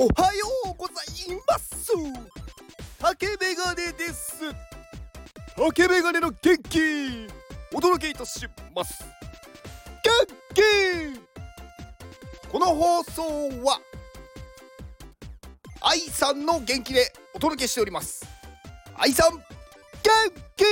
おはようございます。竹メガネです。竹メガネの元気お届けいたします。元気。この放送は愛さんの元気でお届けしております。愛さん元気。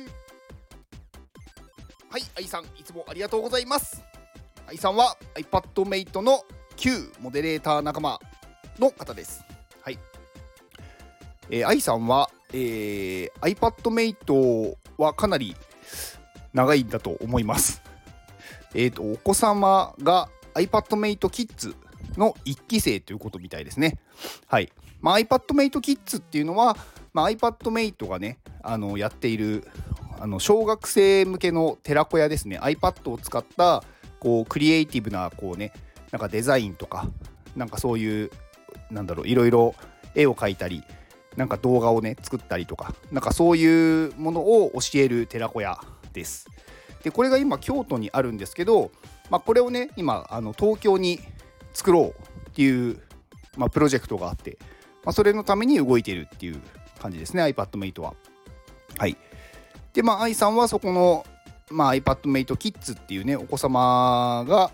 はい、愛さんいつもありがとうございます。愛さんは iPadMate の旧モデレーター仲間の方です。はい。愛さんは、iPadMate はかなり長いんだと思います。お子様が iPadMate Kids の1期生ということみたいですね。はい。iPadMate Kids っていうのは、iPadMate がね、やっている小学生向けの寺子屋ですね。iPad を使ったこうクリエイティブなこうね、なんかデザインとか、なんかそういういろいろ絵を描いたり、なんか動画をね作ったりとか、なんかそういうものを教える寺子屋です。でこれが今京都にあるんですけど、これをね今東京に作ろうっていう、プロジェクトがあって、それのために動いているっていう感じですね、 iPadMate は。はい。で愛さんはそこの、iPadMate Kids っていうねお子様が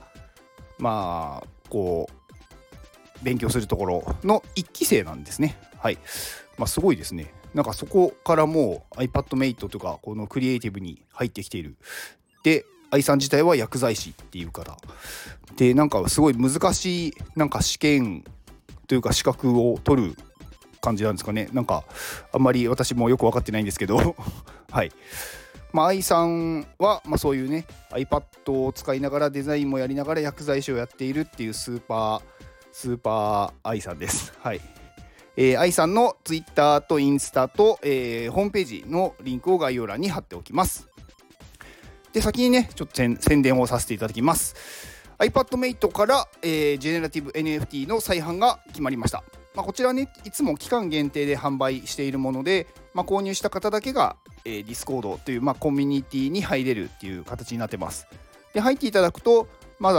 こう勉強するところの1期生なんですね。はい。すごいですね。なんかそこからもう iPadMate とかこのクリエイティブに入ってきている。で愛さん自体は薬剤師っていう方で、なんかすごい難しいなんか試験というか資格を取る感じなんですかね。なんかあんまり私もよく分かってないんですけどはい。愛さんは、そういうね iPad を使いながらデザインもやりながら薬剤師をやっているっていうスーパー愛さんです。はい。愛さんの Twitter とインスタと、ホームページのリンクを概要欄に貼っておきます。で先にねちょっと宣伝をさせていただきます。 iPadMate から、ジェネラティブ NFT の再販が決まりました。こちらねいつも期間限定で販売しているもので、購入した方だけが、Discord という、コミュニティに入れるっていう形になってます。で入っていただくとまだ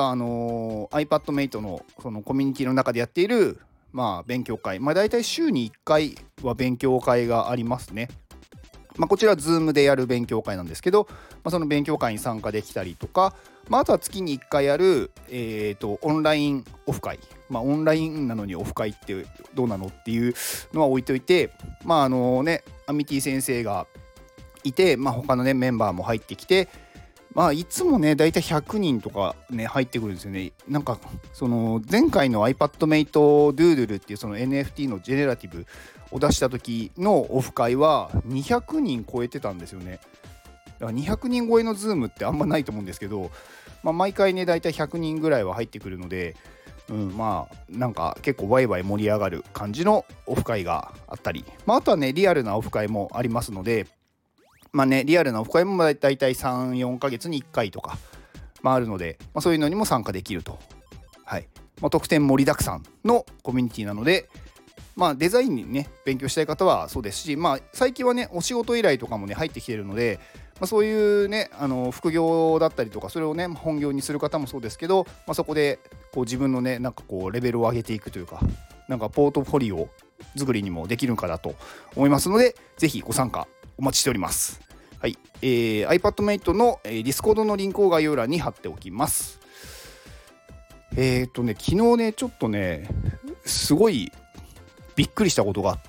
iPadMate のそのコミュニティの中でやっている勉強会、だいたい週に1回は勉強会がありますね。こちら Zoom でやる勉強会なんですけど、その勉強会に参加できたりとか、あとは月に1回やる、オンラインオフ会、オンラインなのにオフ会ってどうなのっていうのは置いといて、アミティ先生がいて、他のねメンバーも入ってきて、いつもねだいたい100人とかね入ってくるんですよね。なんかその前回の iPadMate Doodle っていうその NFT のジェネラティブを出した時のオフ会は200人超えてたんですよね。だから200人超えのズームってあんまないと思うんですけど、毎回ねだいたい100人ぐらいは入ってくるので、なんか結構ワイワイ盛り上がる感じのオフ会があったり、あとはねリアルなオフ会もありますので、リアルなオフ会もだいたい3、4ヶ月に1回とか、あるので、そういうのにも参加できると。はい。特典盛りだくさんのコミュニティなので、デザインにね勉強したい方はそうですし、最近はねお仕事依頼とかもね入ってきているので、そういうね副業だったりとか、それをね本業にする方もそうですけど、そこでこう自分のねなんかこうレベルを上げていくというか、なんかポートフォリオ作りにもできるかなと思いますので、ぜひご参加お待ちしております。はい。iPadMate の、Discord のリンクを概要欄に貼っておきます。昨日ねちょっとねすごいびっくりしたことがあって、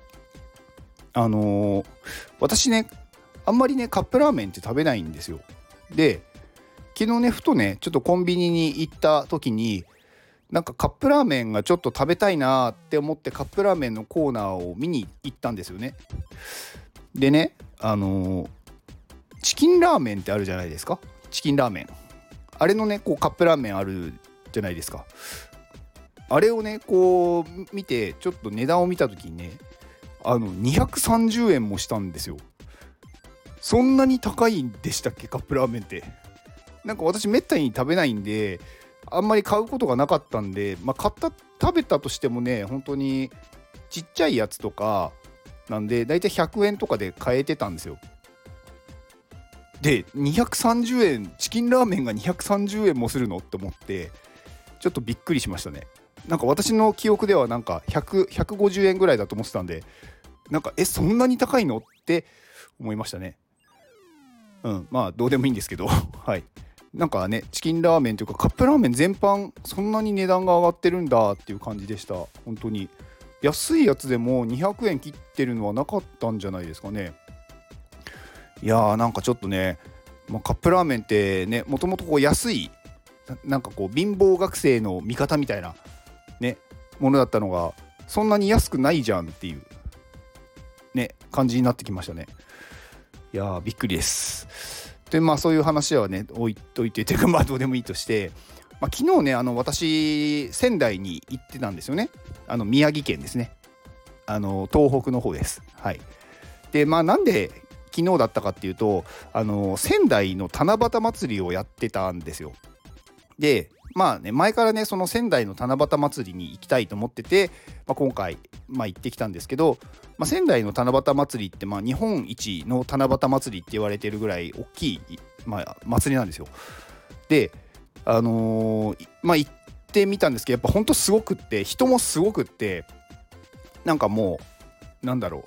私ねあんまりねカップラーメンって食べないんですよ。で昨日ねふとねちょっとコンビニに行った時に、なんかカップラーメンがちょっと食べたいなって思ってカップラーメンのコーナーを見に行ったんですよね。でねチキンラーメンってあるじゃないですか。チキンラーメン、あれのねこうカップラーメンあるじゃないですか。あれをねこう見てちょっと値段を見た時にね230円もしたんですよ。そんなに高いんでしたっけカップラーメンって。なんか私めったに食べないんであんまり買うことがなかったんで、食べたとしてもね本当にちっちゃいやつとかなんでだいたい100円とかで買えてたんですよ。で230円、チキンラーメンが230円もするのって思ってちょっとびっくりしましたね。 なんか私の記憶ではなんか150円ぐらいだと思ってたんで、なんかそんなに高いのって思いましたね。まあどうでもいいんですけどはい。なんかね、チキンラーメンというかカップラーメン全般そんなに値段が上がってるんだっていう感じでした。本当に安いやつでも200円切ってるのはなかったんじゃないですかね。いやーなんかちょっとね、カップラーメンってね、もともとこう安いなんかこう貧乏学生の味方みたいなねものだったのが、そんなに安くないじゃんっていうね感じになってきましたね。いやーびっくりです。でそういう話はね置いといてというかどうでもいいとして、昨日ね私仙台に行ってたんですよね。宮城県ですね。東北の方です。はい。でなんで昨日だったかっていうと、仙台の七夕祭りをやってたんですよ。で前からねその仙台の七夕祭りに行きたいと思ってて、今回行ってきたんですけど、仙台の七夕祭りって日本一の七夕祭りって言われてるぐらい大きい、祭りなんですよ。で行ってみたんですけど、やっぱほんとすごくって、人もすごくって、なんかもうなんだろ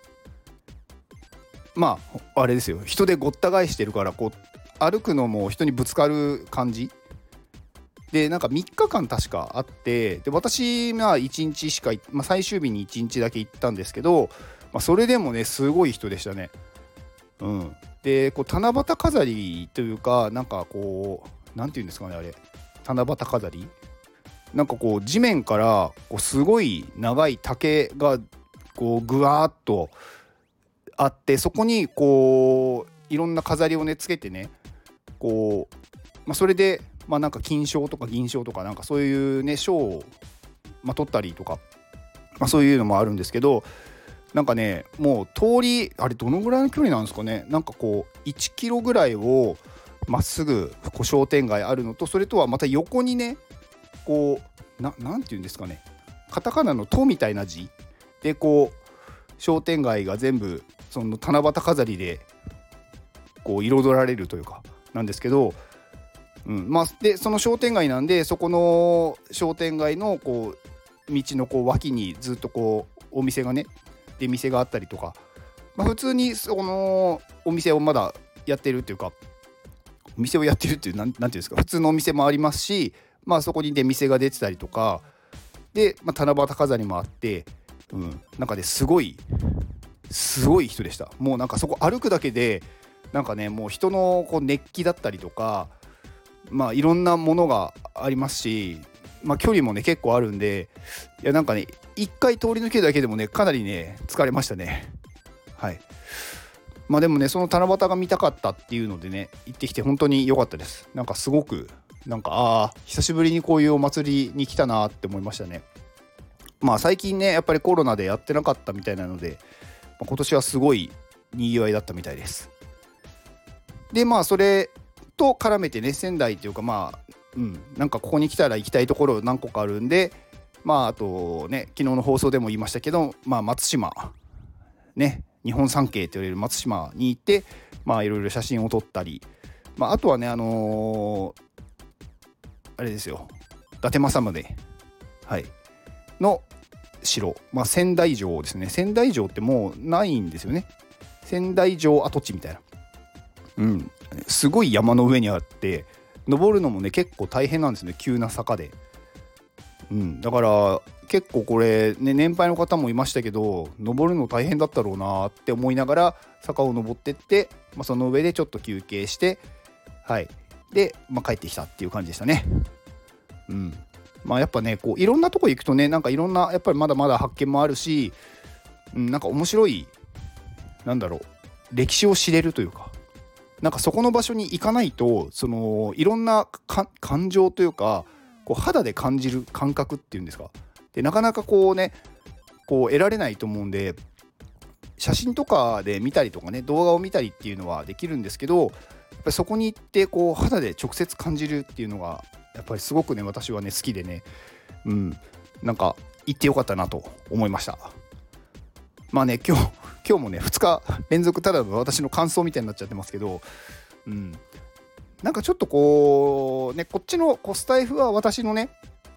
う、あれですよ、人でごった返してるから、こう歩くのも人にぶつかる感じで、なんか3日間確かあって、で私1日しか、最終日に1日だけ行ったんですけど、それでもねすごい人でしたね。でこう七夕飾りというか、なんかこうなんていうんですかね、あれ七夕飾り、なんかこう地面からこうすごい長い竹がこうぐわーっとあって、そこにこういろんな飾りをねつけてね、こう、それでなんか金賞とか銀賞とかなんかそういうね賞を、取ったりとか、そういうのもあるんですけど、なんかねもう通りあれどのぐらいの距離なんですかね、なんかこう1キロぐらいをまっすぐこう商店街あるのと、それとはまた横にねこうなんていうんですかね、カタカナの「と」みたいな字でこう商店街が全部その七夕飾りでこう彩られるというかなんですけど、でその商店街なんで、そこの商店街のこう道のこう脇にずっとこうお店がね出店があったりとか、普通にそのお店をまだやってるっていうか、お店をやってるっていうなんていうんですか、普通のお店もありますし、そこに出店が出てたりとかで、七夕飾りもあって、なんかねすごい人でした。もうなんかそこ歩くだけでなんかねもう人のこう熱気だったりとか、いろんなものがありますし、距離もね結構あるんで、いやなんかね一回通り抜けるだけでもねかなりね疲れましたね。はい。でもねその七夕が見たかったっていうのでね行ってきて本当に良かったです。なんかすごくなんか久しぶりにこういうお祭りに来たなって思いましたね。最近ねやっぱりコロナでやってなかったみたいなので、今年はすごいにぎわいだったみたいです。でそれと絡めてね、仙台っていうかなんかここに来たら行きたいところ何個かあるんで、あとね昨日の放送でも言いましたけど、松島ね、日本三景と言われる松島に行って、いろいろ写真を撮ったり、あとはねあれですよ、伊達政宗、の城、仙台城ですね。仙台城ってもうないんですよね。仙台城跡地みたいな、すごい山の上にあって、登るのもね結構大変なんですね、急な坂で。だから結構これね年配の方もいましたけど、登るの大変だったろうなって思いながら坂を登ってって、その上でちょっと休憩して、で、帰ってきたっていう感じでしたね。やっぱねこういろんなとこ行くとね、なんかいろんなやっぱりまだまだ発見もあるし、なんか面白い、なんだろう、歴史を知れるというか、なんかそこの場所に行かないとそのいろんな感情というか、こう肌で感じる感覚っていうんですか、でなかなかこうねこう得られないと思うんで、写真とかで見たりとかね動画を見たりっていうのはできるんですけど、やっぱりそこに行ってこう肌で直接感じるっていうのがやっぱりすごくね私はね好きでね、なんか行ってよかったなと思いました。今日もね2日連続ただの私の感想みたいになっちゃってますけど、なんかちょっとこうねこっちのスタイフは私のね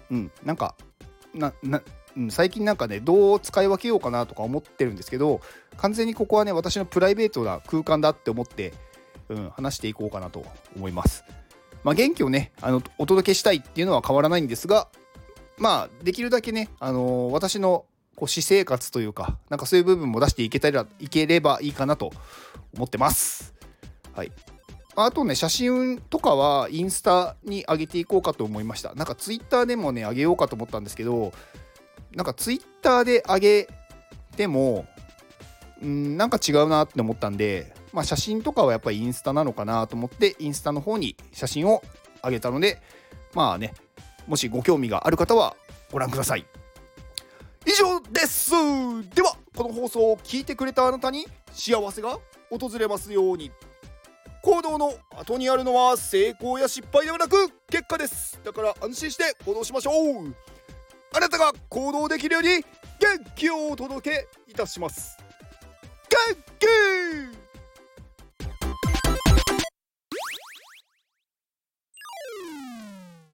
なんか最近なんかね、どう使い分けようかなとか思ってるんですけど、完全にここはね、私のプライベートな空間だって思って、話していこうかなと思います。元気をね、お届けしたいっていうのは変わらないんですが、できるだけね、私の私生活というか、なんかそういう部分も出していければいいかなと思ってます。はい。あとね、写真とかはインスタに上げていこうかと思いました。なんかツイッターでもね、上げようかと思ったんですけど、なんかツイッターで上げても、なんか違うなって思ったんで、写真とかはやっぱりインスタなのかなと思って、インスタの方に写真を上げたので、もしご興味がある方はご覧ください。以上です。では、この放送を聞いてくれたあなたに幸せが訪れますように。行動の後にあるのは成功や失敗ではなく結果です。だから安心して行動しましょう。あなたが行動できるように元気をお届けいたします。